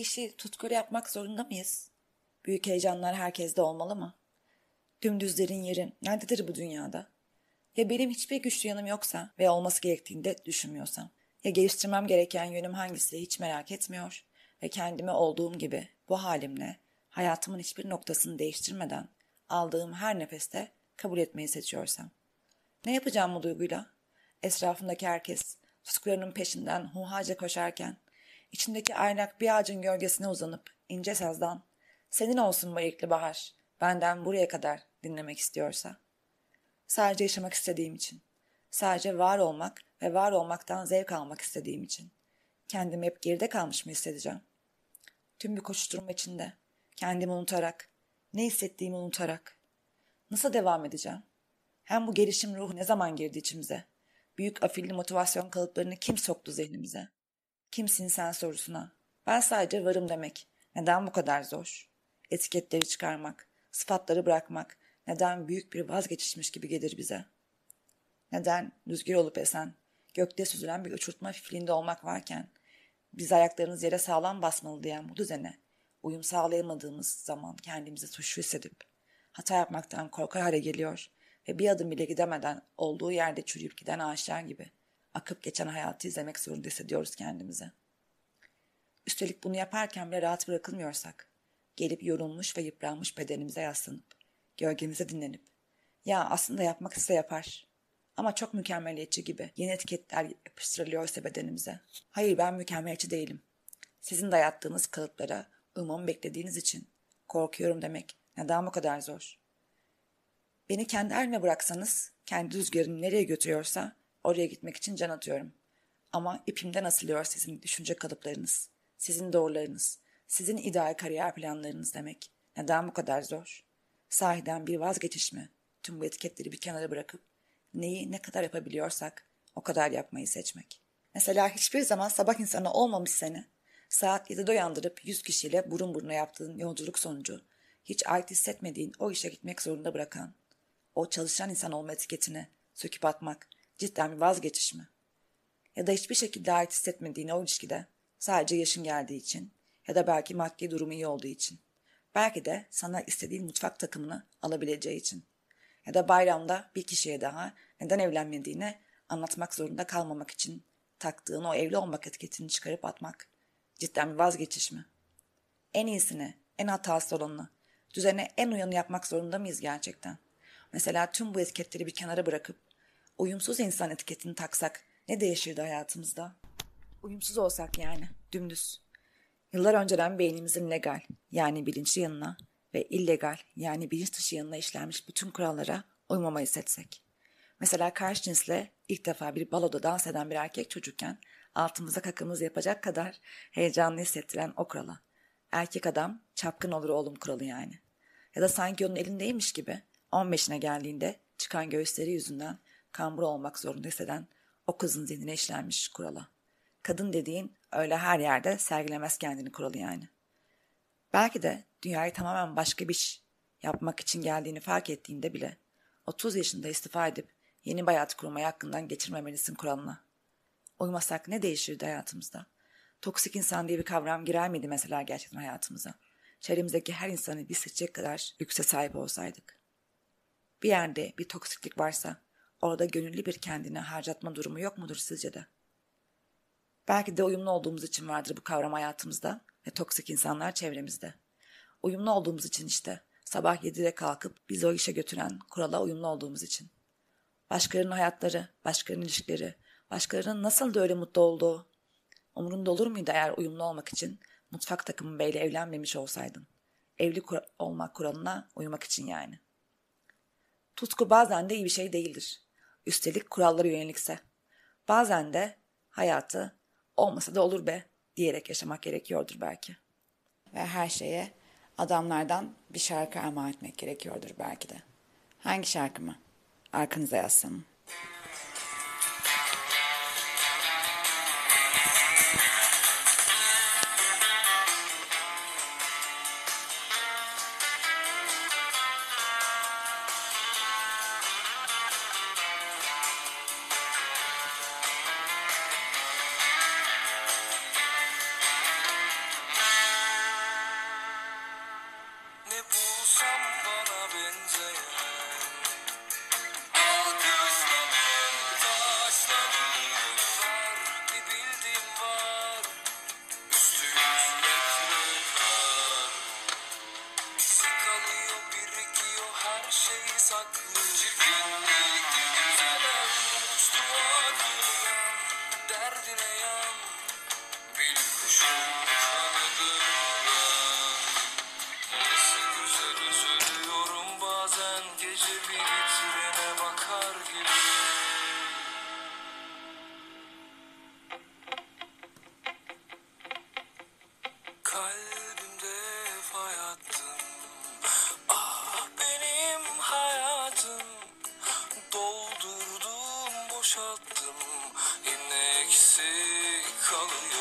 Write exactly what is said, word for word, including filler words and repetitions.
işi tutkuyla yapmak zorunda mıyız? Büyük heyecanlar herkeste olmalı mı? Dümdüzlerin yeri nerededir bu dünyada? Ya benim hiçbir güçlü yanım yoksa ve olması gerektiğini de düşünmüyorsam? Ya geliştirmem gereken yönüm hangisi hiç merak etmiyor ve kendimi olduğum gibi bu halimle hayatımın hiçbir noktasını değiştirmeden aldığım her nefeste kabul etmeyi seçiyorsam? Ne yapacağım bu duyguyla? Etrafımdaki herkes tutkularının peşinden hunharca koşarken, içindeki aynak bir ağacın gölgesine uzanıp ince sazdan "Senin olsun bu erikli bahar, benden buraya kadar" dinlemek istiyorsa? Sadece yaşamak istediğim için, sadece var olmak ve var olmaktan zevk almak istediğim için, kendimi hep geride kalmış mı hissedeceğim? Tüm bir koşuşturma içinde, kendimi unutarak, ne hissettiğimi unutarak, nasıl devam edeceğim? Hem bu gelişim ruhu ne zaman girdi içimize? Büyük afilli motivasyon kalıplarını kim soktu zihnimize? Kimsin sen sorusuna. Ben sadece varım demek. Neden bu kadar zor? Etiketleri çıkarmak, sıfatları bırakmak neden büyük bir vazgeçişmiş gibi gelir bize? Neden rüzgar olup esen, gökte süzülen bir uçurtma fifliğinde olmak varken biz ayaklarımız yere sağlam basmalı diyen bu düzene uyum sağlayamadığımız zaman kendimizi suçlu hissedip hata yapmaktan korkar hale geliyor ve bir adım bile gidemeden olduğu yerde çürüyüp giden ağaçlar gibi akıp geçen hayatı izlemek zorunda hissediyoruz kendimizi. Üstelik bunu yaparken bile rahat bırakılmıyorsak, gelip yorulmuş ve yıpranmış bedenimize yaslanıp, gölgemize dinlenip, ya aslında yapmak ise yapar ama çok mükemmeliyetçi gibi yeni etiketler yapıştırılıyorsa bedenimize, hayır ben mükemmeliyetçi değilim, sizin dayattığınız kalıplara uymamı beklediğiniz için korkuyorum demek neden bu kadar zor? Beni kendi halime bıraksanız, kendi rüzgarım nereye götürüyorsa oraya gitmek için can atıyorum. Ama ipimden asılıyor sizin düşünce kalıplarınız, sizin doğrularınız, sizin ideal kariyer planlarınız demek. Neden bu kadar zor? Sahiden bir vazgeçiş mi? Tüm bu etiketleri bir kenara bırakıp neyi ne kadar yapabiliyorsak o kadar yapmayı seçmek. Mesela hiçbir zaman sabah insanı olmamış seni, saat yedide uyandırıp yüz kişiyle burun buruna yaptığın yolculuk sonucu hiç ait hissetmediğin o işe gitmek zorunda bırakan, o çalışan insan olma etiketini söküp atmak cidden bir vazgeçiş mi? Ya da hiçbir şekilde ait hissetmediğin o ilişkide sadece yaşın geldiği için ya da belki maddi durumu iyi olduğu için, belki de sana istediğin mutfak takımını alabileceği için ya da bayramda bir kişiye daha neden evlenmediğini anlatmak zorunda kalmamak için taktığın o evli olmak etiketini çıkarıp atmak cidden bir vazgeçiş mi? En iyisini, en hatasız olanını, düzene en uyanı yapmak zorunda mıyız gerçekten? Mesela tüm bu etiketleri bir kenara bırakıp uyumsuz insan etiketini taksak ne değişirdi hayatımızda? Uyumsuz olsak yani, dümdüz. Yıllar önceden beynimizin legal, yani bilinçli yanına ve illegal, yani bilinç dışı yanına işlenmiş bütün kurallara uymamayı seçsek. Mesela karşı cinsle ilk defa bir baloda dans eden bir erkek çocukken altımıza kakamızı yapacak kadar heyecanlı hissettiren o kurala. Erkek adam çapkın olur oğlum kuralı yani. Ya da sanki onun elindeymiş gibi on beşine geldiğinde çıkan göğüsleri yüzünden kambur olmak zorunda hisseden o kızın zihnine işlenmiş kurala. Kadın dediğin öyle her yerde sergilemez kendini kuralı yani. Belki de dünyayı tamamen başka bir iş yapmak için geldiğini fark ettiğinde bile otuz yaşında istifa edip yeni bir hayat kurmayı hakkından geçirmemelisin kuralına. Uymasak ne değişirdi hayatımızda? Toksik insan diye bir kavram girer miydi mesela gerçekten hayatımıza? Çevremizdeki her insanı biz seçecek kadar lükse sahip olsaydık. Bir yerde bir toksiklik varsa orada gönüllü bir kendine harcatma durumu yok mudur sizce de? Belki de uyumlu olduğumuz için vardır bu kavram hayatımızda ve toksik insanlar çevremizde. Uyumlu olduğumuz için işte sabah yedide kalkıp bizi o işe götüren kurala uyumlu olduğumuz için. Başkalarının hayatları, başkalarının ilişkileri, başkalarının nasıl da öyle mutlu olduğu umurunda olur muydu eğer uyumlu olmak için mutfak takımı beyle evlenmemiş olsaydın? Evli kur- olmak kuralına uymak için yani. Tutku bazen de iyi bir şey değildir. Üstelik kurallara yönelikse. Bazen de hayatı olmasa da olur be diyerek yaşamak gerekiyordur belki. Ve her şeye adamlardan bir şarkı armağan etmek gerekiyordur belki de. Hangi şarkı mı? Arkanıza yazsam. gece bir vitrine bakar gibi. Kalbimde fay attın, ah benim hayatım. Doldurdum, boşalttım, yine eksik kalıyor.